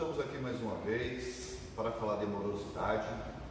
estamos aqui mais uma vez para falar de amorosidade.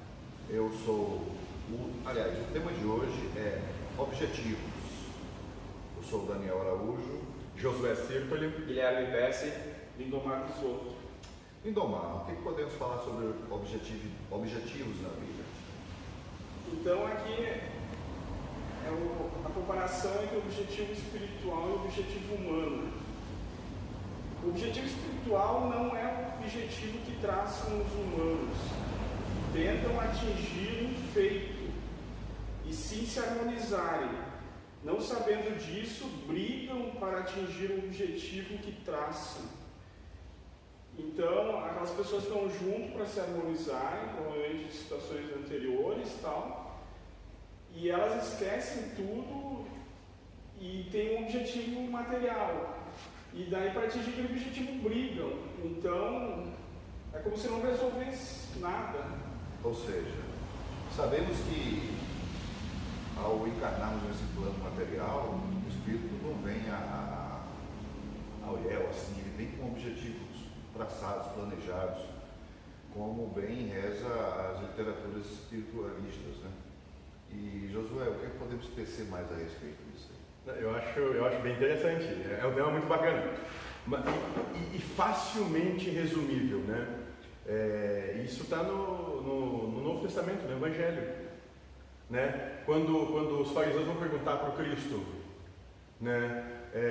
O tema de hoje é objetivos. Eu sou o Daniel Araújo, Josué Sirtoli, Guilherme Bessi, Lindomar Pissotto. Lindomar, o que podemos falar sobre objetivos na vida? Então aqui é a comparação entre o objetivo espiritual e o objetivo humano. O objetivo espiritual não é o objetivo que traçam os humanos. Tentam atingir um feito e sim se harmonizarem. Não sabendo disso, brigam para atingir o objetivo que traçam. Então, aquelas pessoas estão juntas para se harmonizarem, provavelmente em situações anteriores e tal, e elas esquecem tudo e têm um objetivo material. E daí, para atingir aquele objetivo, brigam. Então, é como se não resolvesse nada. Ou seja, sabemos que ao encarnarmos nesse plano material, o espírito não vem ao léu, assim, ele vem com objetivos traçados, planejados, como bem reza as literaturas espiritualistas, né? E Josué, o que podemos tecer mais a respeito disso aí? Eu acho bem interessante, é um tema muito bacana e facilmente resumível, né? Isso está no Novo Testamento, no Evangelho, né? Quando os fariseus vão perguntar para o Cristo, né,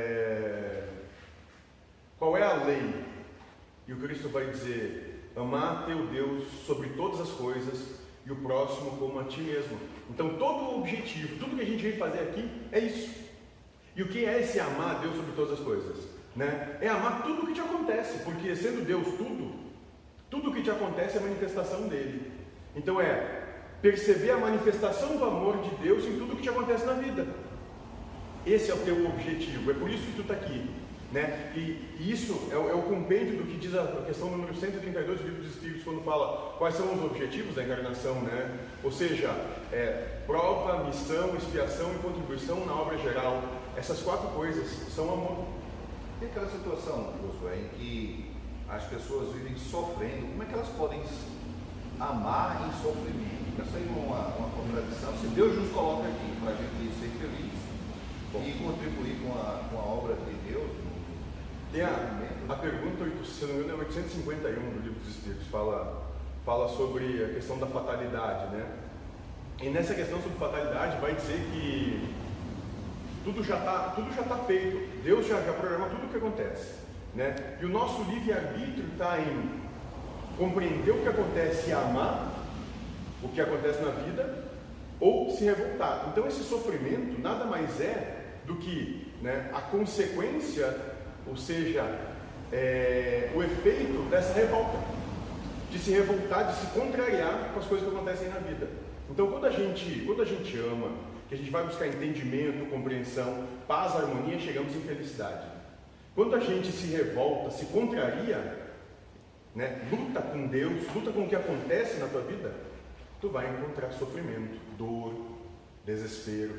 qual é a lei? E o Cristo vai dizer: amar teu Deus sobre todas as coisas e o próximo como a ti mesmo. Então todo o objetivo, tudo que a gente vem fazer aqui é isso. E o que é esse amar a Deus sobre todas as coisas? Né? É amar tudo o que te acontece, porque sendo Deus tudo o que te acontece é manifestação dele. Então perceber a manifestação do amor de Deus em tudo que te acontece na vida. Esse é o teu objetivo, é por isso que tu está aqui, né? E isso é o compêndio do que diz a questão número 132 do Livro dos Espíritos, quando fala quais são os objetivos da encarnação, né? Ou seja, prova, missão, expiação e contribuição na obra geral. Essas 4 coisas são amor. E aquela situação, Josué, em que as pessoas vivem sofrendo, como é que elas podem amar em sofrimento? Essa aí é uma contradição. Se Deus nos coloca aqui para a gente ser feliz e contribuir com a obra de Deus. Tem a pergunta, se não me engano, é 851 do Livro dos Espíritos, fala sobre a questão da fatalidade, né? E nessa questão sobre fatalidade vai dizer que tudo já está feito, Deus já programou tudo o que acontece, né? E o nosso livre-arbítrio está em compreender o que acontece e amar o que acontece na vida, ou se revoltar. Então esse sofrimento nada mais é do que, né, a consequência, ou seja, o efeito dessa revolta, de se revoltar, de se contrariar com as coisas que acontecem na vida. Então quando a gente ama, que a gente vai buscar entendimento, compreensão, paz, harmonia, chegamos em felicidade. Quando a gente se revolta, se contraria, né, luta com Deus, luta com o que acontece na tua vida, tu vai encontrar sofrimento, dor, desespero.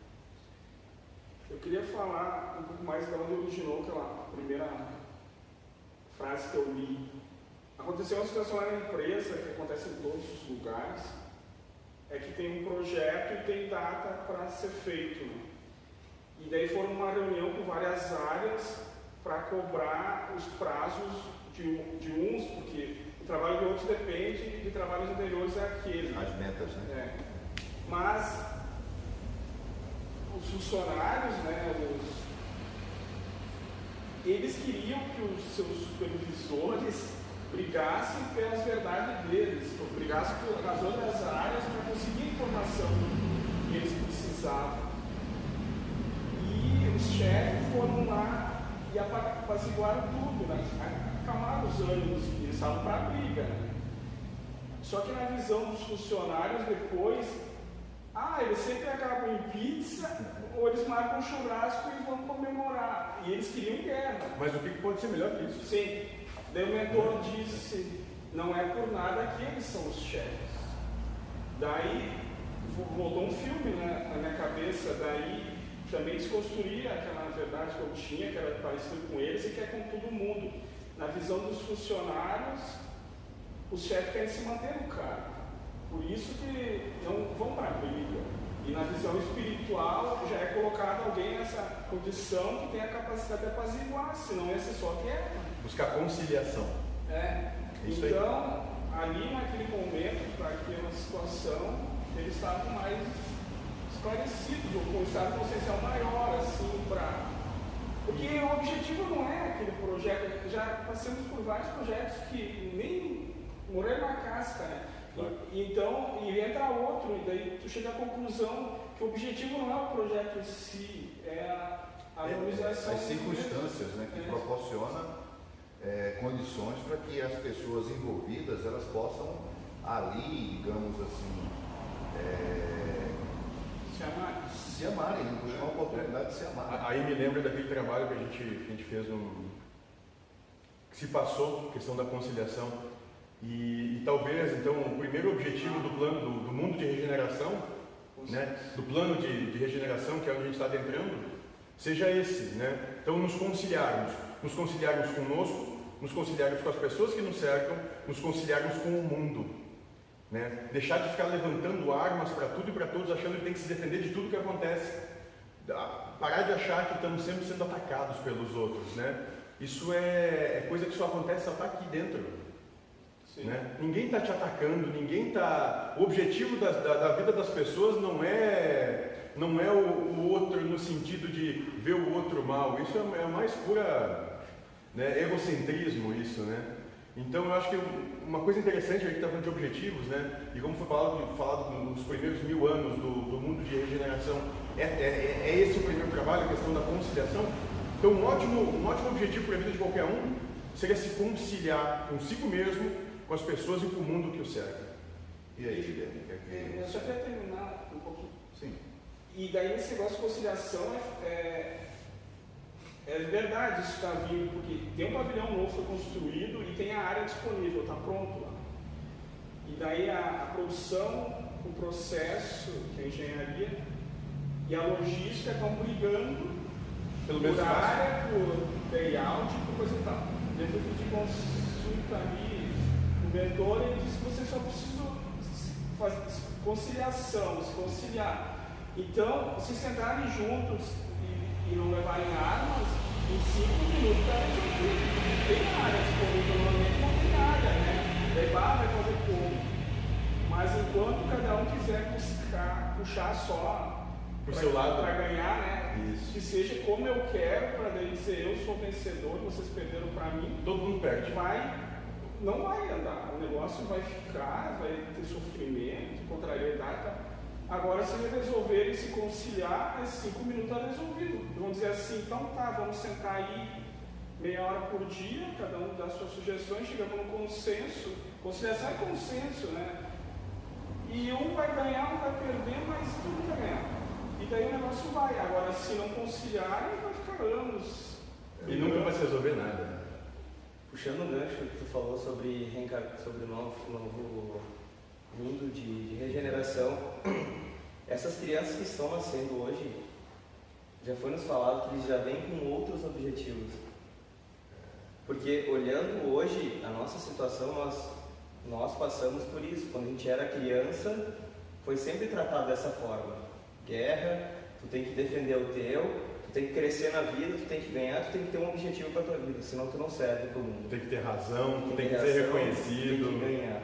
Eu queria falar um pouco mais de onde originou aquela primeira frase que eu li. Aconteceu uma situação na empresa, que acontece em todos os lugares, é que tem um projeto e tem data para ser feito. E daí foram uma reunião com várias áreas para cobrar os prazos de uns, porque o trabalho de outros depende de trabalhos anteriores àquele. As metas, né? Mas os funcionários, né, eles queriam que os seus supervisores brigassem pelas verdades deles, brigassem nas outras áreas para conseguir a informação que eles precisavam. E os chefes foram lá e apaziguaram tudo, né? Acalmaram os ânimos, que eles estavam para a briga. Né? Só que na visão dos funcionários depois, eles sempre acabam em pizza, ou eles marcam um churrasco e vão comemorar. E eles queriam guerra. Mas o que pode ser melhor que isso? Sim. Daí o mentor disse: não é por nada que eles são os chefes. Daí voltou um filme, né, na minha cabeça. Daí também desconstruí aquela verdade que eu tinha, que era parecido com eles e que é com todo mundo. Na visão dos funcionários, os chefes querem se manter no cargo. Por isso que não vão para a briga. E na visão espiritual já é colocado alguém nessa condição que tem a capacidade de apaziguar, senão ia ser só guerra. Buscar conciliação. Isso então, ali naquele momento, para aquela situação, eles estavam mais esclarecidos, ou com um estado consciencial maior, assim, para... Porque o objetivo não é aquele projeto, já passamos por vários projetos que nem morreram na casca, né? Claro. Então, entra outro, e daí tu chega à conclusão que o objetivo não é o projeto em si, é a harmonização. As circunstâncias, né, que proporcionam condições para que as pessoas envolvidas elas possam ali, digamos assim, se amarem, buscar uma oportunidade de se amarem. Aí me lembra daquele trabalho que a gente fez que se passou, questão da conciliação. E talvez, então, o primeiro objetivo do plano do mundo de regeneração, né, do plano de regeneração, que é onde a gente está adentrando, seja esse, né? Então, nos conciliarmos conosco, nos conciliarmos com as pessoas que nos cercam, nos conciliarmos com o mundo, né? Deixar de ficar levantando armas para tudo e para todos, achando que tem que se defender de tudo que acontece. Parar de achar que estamos sempre sendo atacados pelos outros, né? Isso é coisa que só acontece só está aqui dentro. Né? Ninguém está te atacando, ninguém está... O objetivo da vida das pessoas não é o outro no sentido de ver o outro mal. Isso é mais pura, né, egocentrismo, isso, né? Então eu acho que uma coisa interessante, a gente está falando de objetivos, né? E como foi falado nos primeiros 1000 anos do mundo de regeneração, é esse o primeiro trabalho, a questão da conciliação. Então um ótimo objetivo para a vida de qualquer um seria se conciliar consigo mesmo, com as pessoas e com o mundo que o cerca. E aí, Guilherme? Eu só queria terminar um pouquinho. Sim. E daí esse negócio de conciliação é verdade, isso está vindo, porque tem um pavilhão novo, foi construído e tem a área disponível, está pronto lá. E daí a produção, o processo, que é a engenharia, e a logística estão brigando por área, por layout, por coisa e tal. Eu fui pedir consulta ali. O mentor, ele disse que você só precisa fazer conciliação, se conciliar. Então, se sentarem juntos e não levarem armas, em 5 minutos está resolvido. Tem área disponível, normalmente não tem área, né? Levar vai fazer como. Mas enquanto cada um quiser puxar só pro seu lado para ganhar, né? Isso. Que seja como eu quero, para daí dizer eu sou vencedor, vocês perderam para mim. Todo mundo perde. Não vai andar, o negócio vai ficar, vai ter sofrimento, contrariedade. Agora, se eles resolverem se conciliar, em 5 minutos está resolvido. Vão dizer assim, então tá, vamos sentar aí meia hora por dia, cada um dá suas sugestões, chegamos num consenso. Conciliação é consenso, né? E um vai ganhar, um vai perder, mas tudo vai ganhar. E daí o negócio vai. Agora, se não conciliarem, vai ficar anos. E nunca vai se resolver nada. Puxando o gancho que tu falou sobre o novo mundo de regeneração, essas crianças que estão nascendo hoje, já foi nos falado que eles já vêm com outros objetivos. Porque olhando hoje a nossa situação, nós passamos por isso. Quando a gente era criança, foi sempre tratado dessa forma. Guerra, tu tem que defender o teu, tu tem que crescer na vida, tu tem que ganhar, tu tem que ter um objetivo para tua vida, senão tu não serve para o mundo. Tem que ter razão, tu tem que ser reconhecido. Tem que ganhar.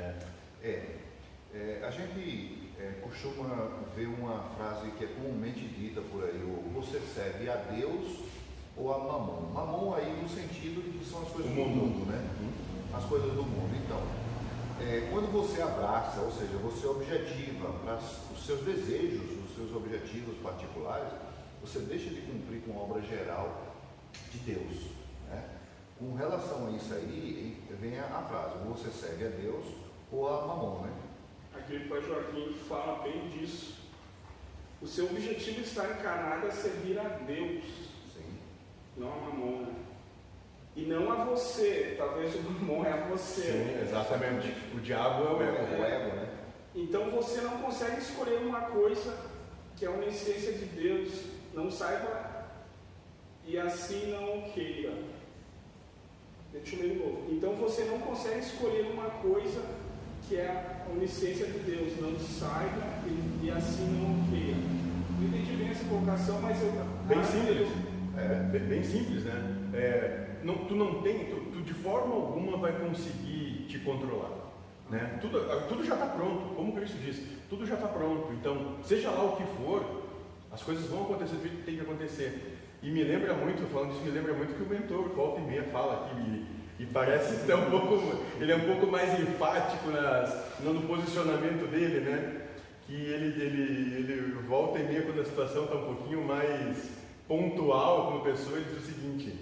A gente costuma ver uma frase que é comumente dita por aí, ou você serve a Deus ou a Mamon. Mamon aí no sentido de que são as coisas do mundo, né? As coisas do mundo. Então, quando você abraça, ou seja, você objetiva para os seus desejos, os seus objetivos particulares, você deixa de cumprir com a obra geral de Deus, né? Com relação a isso aí, vem a frase, você serve a Deus ou a Mamon, né? Aqui o Pai Joaquim fala bem disso. O seu objetivo está encarnado a servir a Deus, Sim. não a Mamon, né? E não a você, talvez o Mamon é a você. Sim, exatamente. O diabo é o ego. O ego, né? Então você não consegue escolher uma coisa que é uma essência de Deus, não saiba e assim não queira. Deixa eu ler de novo. Então você não consegue escolher uma coisa que é a onisciência de Deus, não saiba e assim não queira. Não entendi bem essa colocação, mas eu... Bem simples. Bem simples, né? Tu de forma alguma vai conseguir te controlar. Né? Tudo já está pronto, como Cristo disse, tudo já está pronto. Então, seja lá o que for, as coisas vão acontecer do jeito que tem que acontecer. E me lembra muito, falando disso, me lembra muito que o mentor, volta e meia, fala aqui, e parece até ele é um pouco mais enfático no posicionamento dele, né? Que ele volta e meia, quando a situação está um pouquinho mais pontual como pessoa, ele diz o seguinte: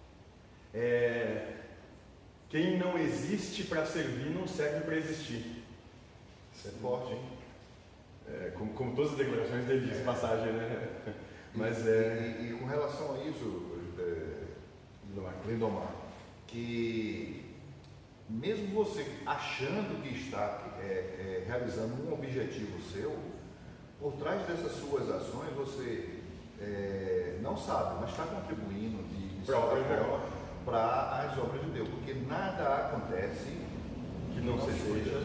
quem não existe para servir não serve para existir. Isso é forte, hein? Como todas as declarações dele diz, passagem, né? Mas e com relação a isso, Lindomar, que mesmo você achando que está realizando um objetivo seu, por trás dessas suas ações você não sabe, mas está contribuindo de certa forma para as obras de Deus, porque nada acontece que não seja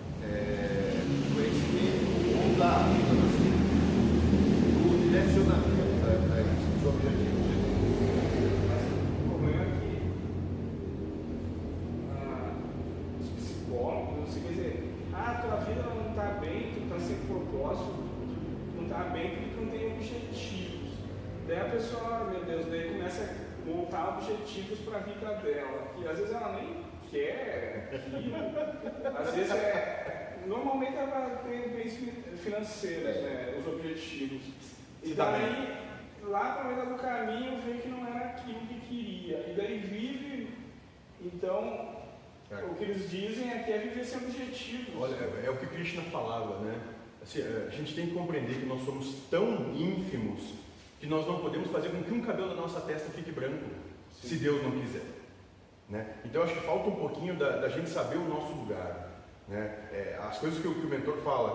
conhecimento ou da vida assim, do direcionamento dos objetivos de Deus. Mas o problema é que os psicólogos, você quer dizer, tua vida não está bem, tu está sem propósito, tu não está bem porque tu não tem objetivos. Daí a pessoa, meu Deus, daí começa a montar objetivos para a vida dela, que às vezes ela nem quer aquilo, às vezes normalmente ela tem bens financeiros, né, os objetivos. E daí, lá para metade do caminho, vê que não era aquilo que queria. E daí vive, então, o que eles dizem é que é viver sem objetivos. Olha, é o que Krishna falava, né? Assim, a gente tem que compreender que nós somos tão ínfimos que nós não podemos fazer com que um cabelo da nossa testa fique branco, se Deus não quiser. Né? Então, acho que falta um pouquinho da gente saber o nosso lugar. Né? As coisas que o mentor fala,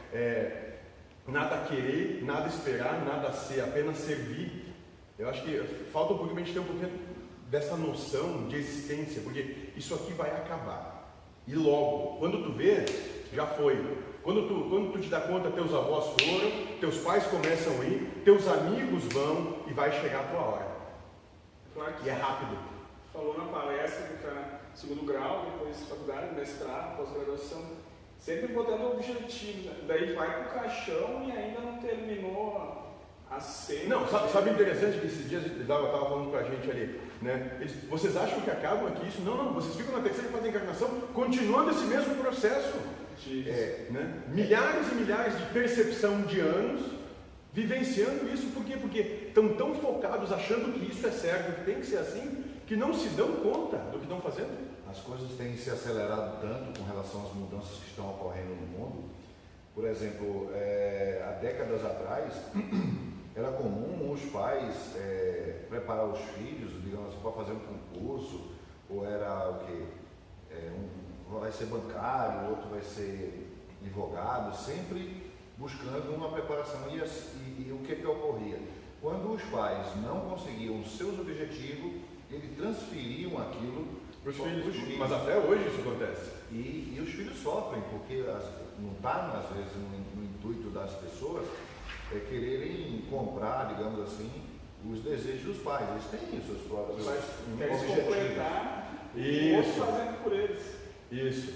nada querer, nada esperar, nada ser, apenas servir. Eu acho que falta um pouquinho a gente ter um pouquinho dessa noção de existência, porque isso aqui vai acabar. E logo, quando tu vê, já foi. Quando tu te dá conta, teus avós foram, teus pais começam a ir, teus amigos vão e vai chegar a tua hora. Claro que e é rápido. Falou na palestra que está segundo grau, depois faculdade, mestrado, pós-graduação, sempre botando objetivos, né? Daí vai para o caixão e ainda não terminou a cena. Não, sabe interessante que esses dias ele estava falando com a gente ali, né? Vocês acham que acabam aqui isso? Não, vocês ficam na terceira fase da encarnação, continuando esse mesmo processo. Né? Milhares e milhares de percepção de anos, vivenciando isso, por quê? Porque estão tão focados, achando que isso é certo, que tem que ser assim, que não se dão conta do que estão fazendo. As coisas têm se acelerado tanto com relação às mudanças que estão ocorrendo no mundo. Por exemplo, há décadas atrás, era comum os pais preparar os filhos, digamos assim, para fazer um concurso, ou era o quê? Um vai ser bancário, outro vai ser advogado, sempre buscando uma preparação. E o que ocorria? Quando os pais não conseguiam os seus objetivos, eles transferiam aquilo para os filhos. Mas até hoje isso acontece. E os filhos sofrem, porque não está, às vezes, no intuito das pessoas quererem comprar, digamos assim, os desejos dos pais. Eles têm os seus próprios objetivos. Isso. Fazendo por eles. Isso.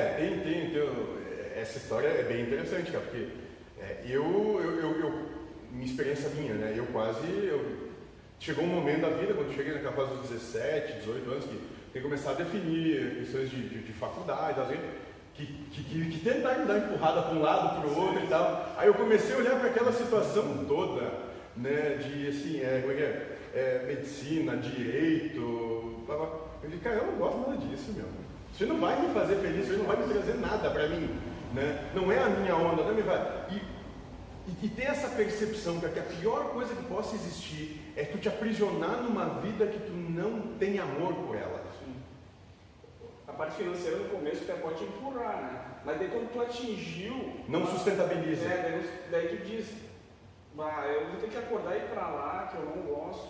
Essa história é bem interessante, cara, porque minha experiência minha, né? Chegou um momento da vida, quando eu cheguei naquela fase dos 17, 18 anos, que tem que começar a definir questões de faculdade, assim, que tentaram me dar empurrada para um lado, para o outro e tal. Aí eu comecei a olhar para aquela situação toda, né? De assim, medicina, direito, blá, blá. Eu falei, cara, eu não gosto nada disso, meu. Isso não vai me fazer feliz, isso não vai me trazer nada para mim, né? Não é a minha onda, não me vai. E ter essa percepção que a pior coisa que possa existir é tu te aprisionar numa vida que tu não tem amor por ela. Sim. A parte financeira no começo até pode empurrar, né? Mas daí quando tu atingiu... Não sustentabiliza. Daí tu diz, eu vou ter que acordar e ir para lá, que eu não gosto.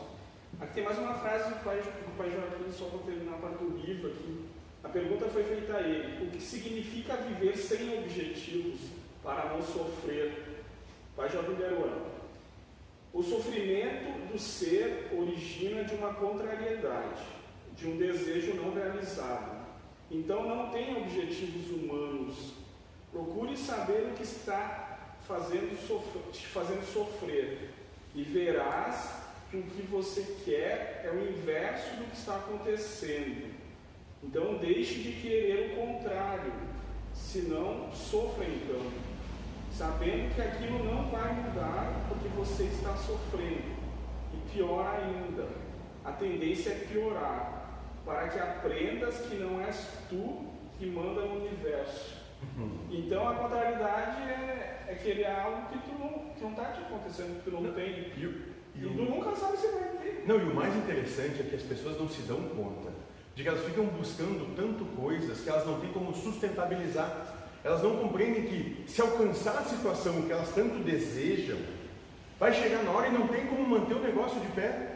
Aqui tem mais uma frase do pai Joaquim, só para terminar a parte do livro aqui. A pergunta foi feita a ele: o que significa viver sem objetivos para não sofrer? Pai Joaquim Beruano. O sofrimento do ser origina de uma contrariedade, de um desejo não realizado. Então não tenha objetivos humanos. Procure saber o que está te fazendo sofrer, e verás que o que você quer é o inverso do que está acontecendo. Então deixe de querer o contrário, senão sofra então, sabendo que aquilo não vai mudar porque você está sofrendo. E pior ainda, a tendência é piorar, para que aprendas que não és tu que manda no universo. Então a contrariedade é querer algo que não está te acontecendo, que tu não tem. E tu nunca sabe se vai ter. Não, e o mais interessante é que as pessoas não se dão conta de que elas ficam buscando tanto coisas que elas não têm como sustentabilizar. Elas não compreendem que se alcançar a situação que elas tanto desejam, vai chegar na hora e não tem como manter o negócio de pé.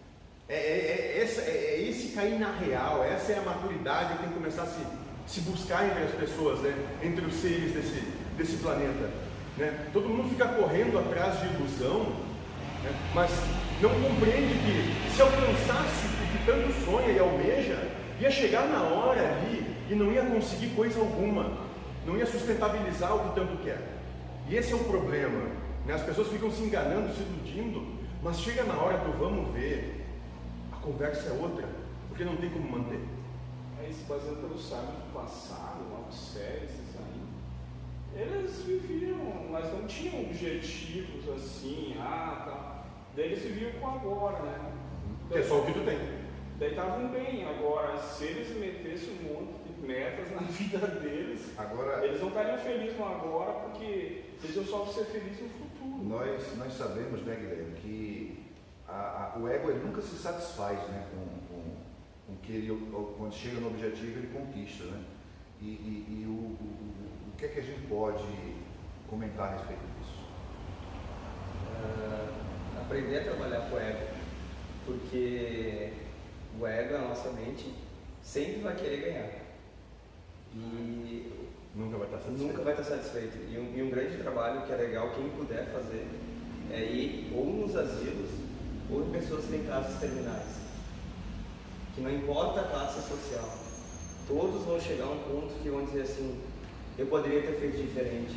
Esse cair na real, essa é a maturidade que tem que começar a se buscar entre as pessoas, né? Entre os seres desse planeta. Né? Todo mundo fica correndo atrás de ilusão, né? Mas não compreende que se alcançasse o que tanto sonha e almeja, ia chegar na hora ali e não ia conseguir coisa alguma, não ia sustentabilizar o que tanto quer. E esse é o problema, né? As pessoas ficam se enganando, se iludindo, mas chega na hora do vamos ver, a conversa é outra, porque não tem como manter. Aí, se baseando pelos sábios do passado, lá os séries, aí, eles viviam, mas não tinham objetivos assim, tá. Daí eles viviam com agora, né? É só o que tu tem. Daí estavam bem. Agora, se eles metessem um monte de metas na vida deles, agora, eles não estariam felizes no agora, porque eles iam só ser felizes no futuro. Nós sabemos, né, Guilherme, que o ego ele nunca se satisfaz, né, com que ele, quando chega no objetivo, ele conquista, né? E o que é que a gente pode comentar a respeito disso? Aprender a trabalhar com o ego, porque o ego, a nossa mente, sempre vai querer ganhar e nunca vai estar satisfeito. E um grande trabalho que é legal, quem puder fazer, é ir ou nos asilos ou em pessoas que têm classes terminais, que não importa a classe social, todos vão chegar a um ponto que vão dizer assim: eu poderia ter feito diferente,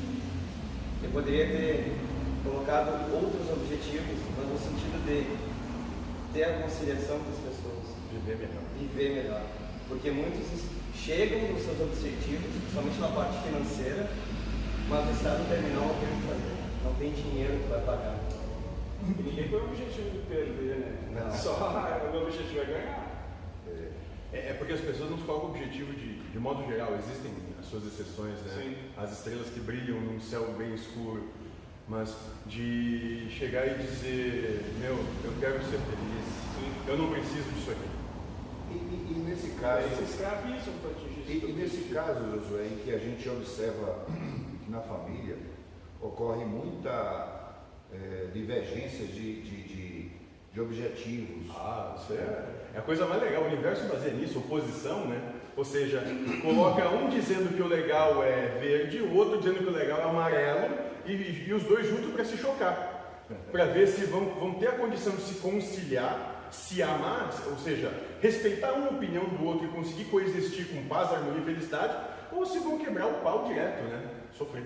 eu poderia ter colocado outros objetivos, mas no sentido de ter a conciliação com as pessoas, viver melhor, porque muitos chegam nos seus objetivos, principalmente na parte financeira, mas no estado terminal não tem o que fazer, não tem dinheiro que vai pagar. E ninguém tem o objetivo de perder, né? Não. Só o meu objetivo é ganhar. É porque as pessoas não se colocam o objetivo de modo geral, existem as suas exceções, né? Sim. As estrelas que brilham num céu bem escuro, mas de chegar e dizer, eu quero ser feliz, Sim. eu não preciso disso aqui. E nesse caso, Eles se escravizam para atingir isso. e nesse caso, Josué, em que a gente observa que na família ocorre muita divergência de objetivos. Isso é a coisa mais legal. O universo baseia nisso, oposição, né? Ou seja, coloca um dizendo que o legal é verde, o outro dizendo que o legal é amarelo, e os dois juntos para se chocar, para ver se vão ter a condição de se conciliar, se amar, ou seja, respeitar uma opinião do outro e conseguir coexistir com paz, harmonia e felicidade, ou se vão quebrar o pau direto, né? Sofrer.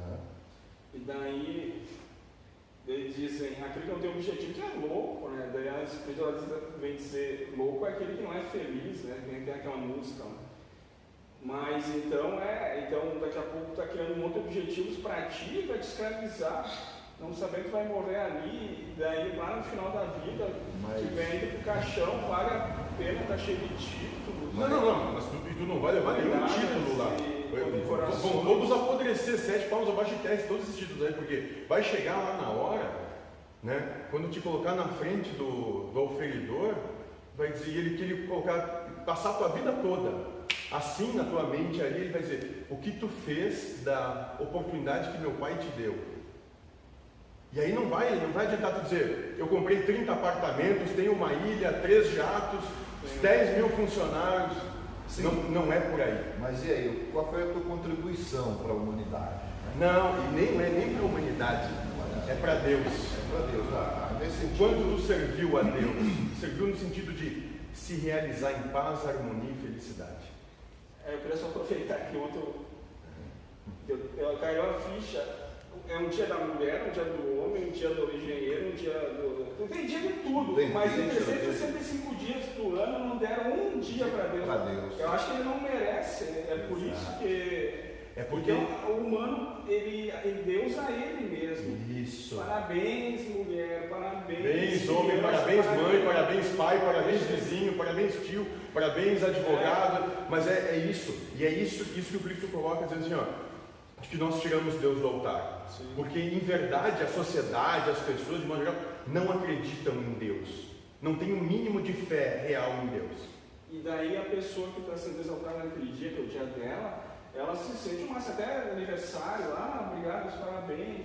E daí eles dizem, aquele que não tem objetivo que é louco, né? Daí a espiritualidade vem dizer, louco é aquele que não é feliz, né? Tem aquela música, né? Mas então daqui a pouco está criando um monte de objetivos para ti, vai te escravizar, não sabendo que vai morrer ali, e daí lá no final da vida, que vem indo pro caixão, vale a pena, tá cheio de títulos. Não, mas tu não vai levar nenhum título lá. Vão todos apodrecer 7 palmos abaixo de terra, todos esses títulos aí, porque vai chegar lá na hora, né? Quando te colocar na frente do oferidor, vai dizer ele que ele passar a tua vida toda assim na tua mente ali, ele vai dizer: o que tu fez da oportunidade que meu pai te deu? E aí não vai adiantar tu dizer, eu comprei 30 apartamentos, tenho uma ilha, 3 jatos, 10 mil funcionários. Não é por aí. Mas e aí, qual foi a tua contribuição para a humanidade? Não, e nem é nem para a humanidade, é para Deus. É para Deus. Nesse sentido, Quando tu serviu a Deus, serviu no sentido de se realizar em paz, harmonia e felicidade. Eu queria só aproveitar que ontem caiu a ficha. É um dia da mulher, um dia do homem, um dia do engenheiro, um dia do... Tem dia de tudo, mas em 365 dias do ano não deram um dia para Deus. Eu acho que ele não merece, é por isso que... É porque o humano, ele endeusa ele mesmo. Isso. Parabéns, mulher, parabéns. Parabéns, homem, parabéns, mãe, parabéns, pai, parabéns, vizinho, parabéns, tio, parabéns, advogado. Mas é isso. E é isso que o Cristo coloca, dizendo assim, ó, de que nós tiramos Deus do altar. Sim. Porque, em verdade, a sociedade, as pessoas, de modo geral, não acreditam em Deus. Não tem um mínimo de fé real em Deus. E daí a pessoa que está sendo exaltada naquele dia, que é o dia dela, ela se sente massa, até aniversário, obrigado, os parabéns,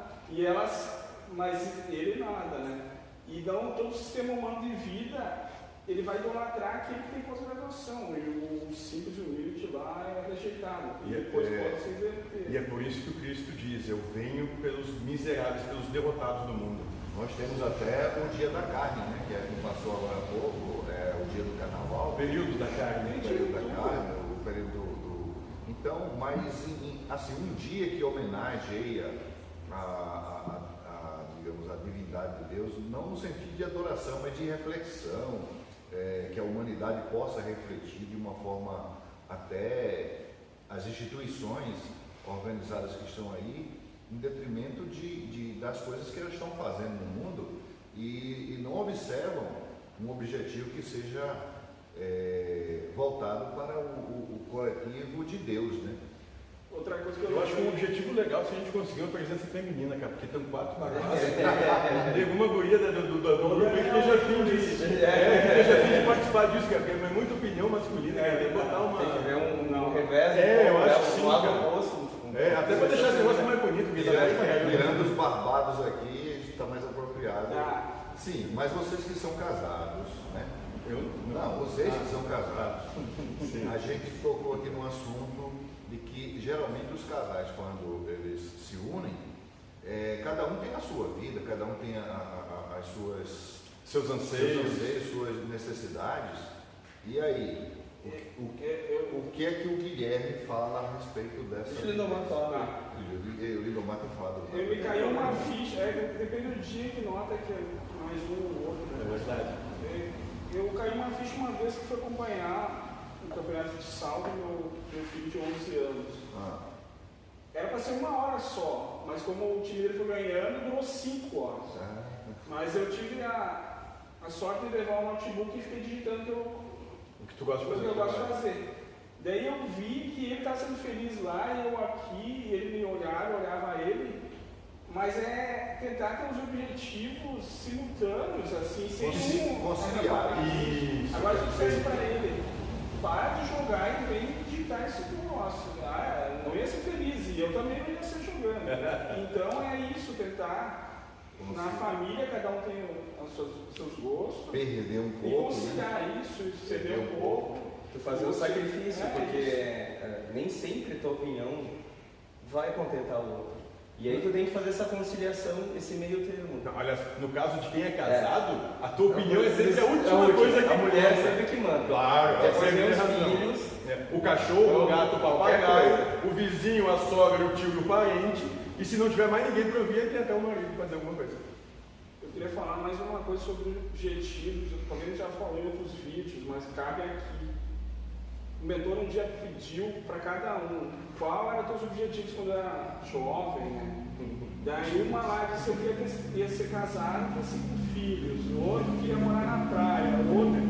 mas ele nada, né? Então todo o sistema humano de vida, ele vai idolatrar aquele que tem consideração, e o simples e humilde lá é rejeitado, e depois pode se inverter. E é por isso que o Cristo diz, eu venho pelos miseráveis, pelos derrotados do mundo. Nós temos até o dia da carne, né? Que é que passou agora há pouco, o dia do carnaval. O período da carne. O período da carne, o período do... Então, mas assim, um dia que homenageia digamos, a divindade de Deus, não no sentido de adoração, mas de reflexão, que a humanidade possa refletir de uma forma até as instituições organizadas que estão aí, em detrimento das coisas que elas estão fazendo no mundo e não observam um objetivo que seja voltado para o coletivo de Deus, né? Outra coisa que eu acho que um objetivo legal se a gente conseguir uma presença feminina, cara, porque estão 4 bagaços. Tem alguma guria do grupo que esteja afim de participar disso, cara, porque é muita opinião masculina, tem que botar uma... Tem que ver um revés, eu acho que sim, oposto. Até para deixar esse negócio mais bonito. Mirando os barbados aqui, está mais apropriado. Sim, mas vocês que são casados, né? Não, vocês que são casados. A gente tocou aqui num assunto de que geralmente os casais, quando eles se unem, cada um tem a sua vida, cada um tem as seus anseios, suas necessidades. E aí, o que é que o Guilherme fala a respeito dessa? Deixa o Lindomar falar. O Lindomar tem falado. Me caiu uma ficha, depende do dia que nota que é mais um ou outro. É verdade. Eu caí uma ficha uma vez que fui acompanhar um campeonato de salto do meu filho de 11 anos. Era para ser 1 hora só, mas como o time dele foi ganhando, durou 5 horas. Mas eu tive a sorte de levar o notebook e fiquei digitando o que tu gosta de fazer. O que eu gosto de fazer. Daí eu vi que ele estava sendo feliz lá e eu aqui, e ele me olhava, eu olhava ele. Mas é tentar ter os objetivos simultâneos, assim, sem conciliar. Agora se eu dissesse para ele, para de jogar e vem digitar esse negócio. Não ia ser feliz e eu também não ia ser jogando. Então é isso, tentar na família, cada um tem os seus gostos. Perder um pouco. E conciliar isso, ceder um pouco. Tu fazer um sacrifício, porque nem sempre tua opinião vai contentar o outro. E aí tu tem que fazer essa conciliação, esse meio termo. Não, olha, no caso de quem é casado, a tua opinião é sempre a última coisa que a mulher sempre que manda. Claro, é sempre os filhos. O cachorro, o gato, o papagaio, o vizinho, a sogra, o tio e o parente. E se não tiver mais ninguém para ouvir, tem até o marido fazer alguma coisa. Eu queria falar mais uma coisa sobre objetivos. Eu também já falei em outros vídeos, mas cabe aqui. O mentor um dia pediu para cada um qual eram os teus objetivos quando era jovem, né? Daí uma lá disse que ia ser casado, ter 5 filhos, o outro que ia morar na praia, o outro...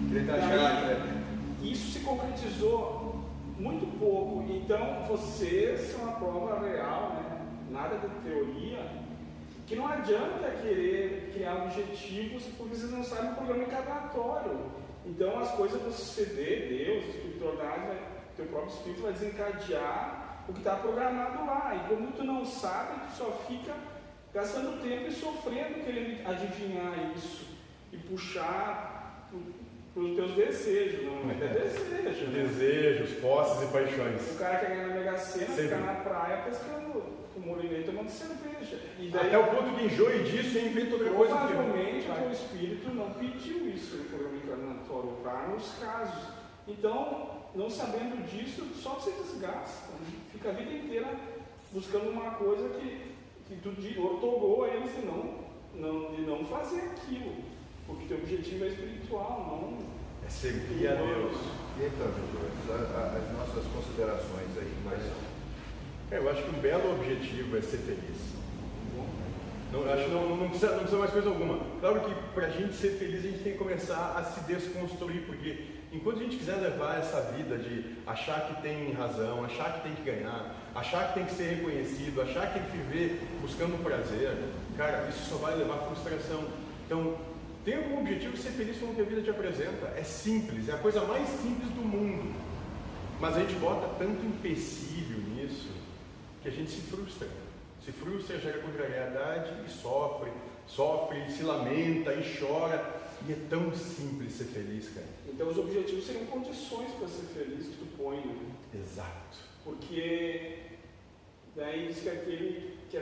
Isso se concretizou muito pouco. Então vocês são a prova real, né? Nada de teoria, que não adianta querer criar objetivos porque vocês não sabem o programa encarnatório. Então as coisas vão suceder, Deus, espiritualidade, teu próprio espírito vai desencadear o que está programado lá. E como tu não sabe, tu só fica gastando tempo e sofrendo querendo adivinhar isso e puxar para os teus desejos, não é desejo. Desejos, posses e paixões. O cara quer ganhar na Mega Sena, fica na praia pescando com molinete e tomando cerveja. E daí, até o ponto de enjoe disso e inventa outra coisa. Provavelmente o teu espírito não pediu isso no programa encarnatório, para nos casos. Então, não sabendo disso, só você desgasta. Fica a vida inteira buscando uma coisa que tu ortogou a eles de não fazer aquilo. Porque teu objetivo é espiritual, não é servir a Deus. E então, as nossas considerações aí, quais são? Eu acho que um belo objetivo é ser feliz. Acho que não precisa mais coisa alguma. Claro que para a gente ser feliz, a gente tem que começar a se desconstruir, porque enquanto a gente quiser levar essa vida de achar que tem razão, achar que tem que ganhar, achar que tem que ser reconhecido, achar que tem que viver buscando prazer, cara, isso só vai levar à frustração. Então, tem algum objetivo de ser feliz com o que a vida te apresenta. É simples, é a coisa mais simples do mundo. Mas a gente bota tanto empecilho nisso que a gente se frustra. Se frustra, gera contrariedade e sofre, se lamenta e chora. E é tão simples ser feliz, cara. Então os objetivos seriam condições para ser feliz que tu põe, né? Exato. Porque daí diz que aquele que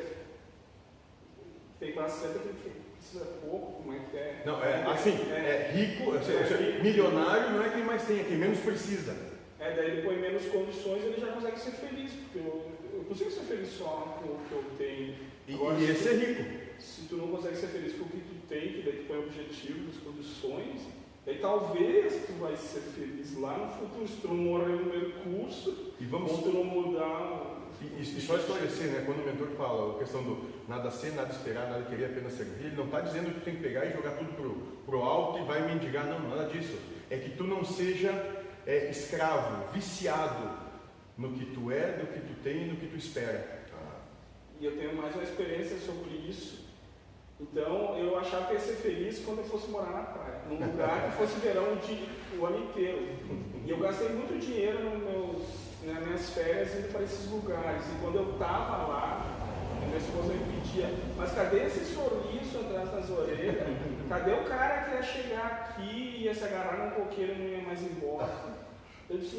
tem bastante, aquele que precisa pouco, como é que é? Não, rico, milionário não é quem mais tem, é quem menos precisa. Daí ele põe menos condições e ele já consegue ser feliz, porque eu consigo ser feliz só com o que eu tenho. E esse é rico. Se tu não consegue ser feliz com o que tu tem, que daí tu põe objetivos, condições, daí talvez tu vai ser feliz lá no futuro, se tu não morrer no meio curso, ou tu não mudar. E só esclarecer, né? Quando o mentor fala a questão do nada ser, nada esperar, nada querer, apenas servir, ele não está dizendo que tu tem que pegar e jogar tudo pro alto e vai mendigar, não, nada disso. É que tu não seja escravo, viciado no que tu é, no que tu tem e no que tu espera. E eu tenho mais uma experiência sobre isso. Então, eu achava que ia ser feliz quando eu fosse morar na praia, num lugar que fosse verão o ano inteiro. E eu gastei muito dinheiro nas minhas férias indo para esses lugares. E quando eu estava lá, minha esposa me pedia, mas cadê esse sorriso atrás das orelhas? Cadê o cara que ia chegar aqui e ia se agarrar num coqueiro e não ia mais embora? Eu disse,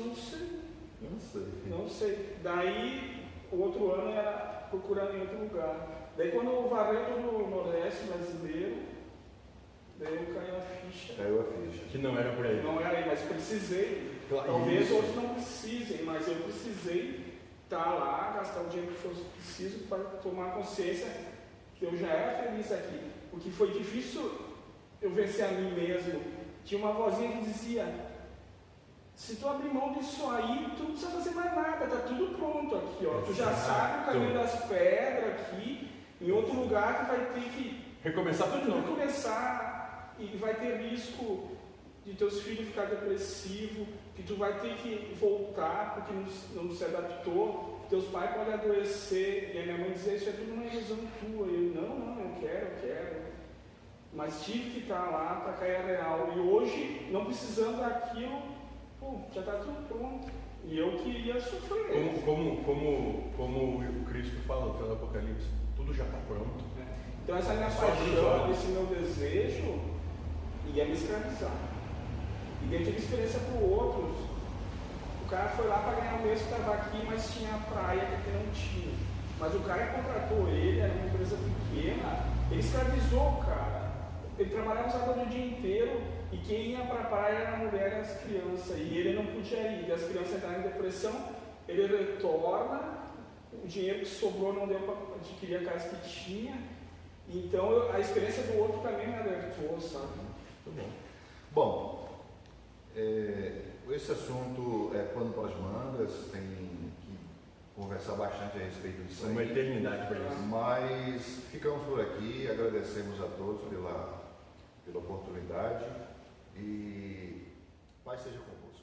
não sei. Daí, o outro ano era procurando em outro lugar. Daí quando eu varei todo o Nordeste brasileiro, daí eu caiu a ficha. Que não era por aí. Não era aí, mas precisei. Talvez outros não precisem, mas eu precisei estar lá, gastar o dinheiro que eu preciso para tomar consciência que eu já era feliz aqui. Porque foi difícil eu vencer a mim mesmo. Tinha uma vozinha que dizia, se tu abrir mão disso aí, tu não precisa fazer mais nada, tá tudo pronto aqui, ó. Tu já sabe o caminho das pedras aqui, em outro lugar tu vai ter que recomeçar tudo de novo. Recomeçar, e vai ter risco de teus filhos ficar depressivos, que tu vai ter que voltar porque não se adaptou, teus pais podem adoecer, e a minha mãe dizia, isso é tudo uma ilusão tua. E eu, não, eu quero. Mas tive que estar lá para cair a real. E hoje, não precisando daquilo, já está tudo pronto. E eu queria sofrer. Como o Cristo fala no final do Apocalipse, tudo já está pronto. Então essa minha paixão, esse meu desejo, ia me escravizar. E daí tive experiência com outros. O cara foi lá para ganhar o mês que estava aqui, mas tinha a praia que aqui não tinha. Mas o cara que contratou ele, era uma empresa pequena, ele escravizou o cara. Ele trabalhava sábado o dia inteiro e quem ia para a praia era a mulher e as crianças. E ele não podia ir. E as crianças entraram em depressão, ele retorna, o dinheiro que sobrou não deu para adquirir a casa que tinha. Então a experiência do outro também me alertou, sabe? Muito bom. Esse assunto é pano para as mangas, tem que conversar bastante a respeito disso. Uma eternidade para isso. Mas ficamos por aqui, agradecemos a todos pela oportunidade e paz seja convosco.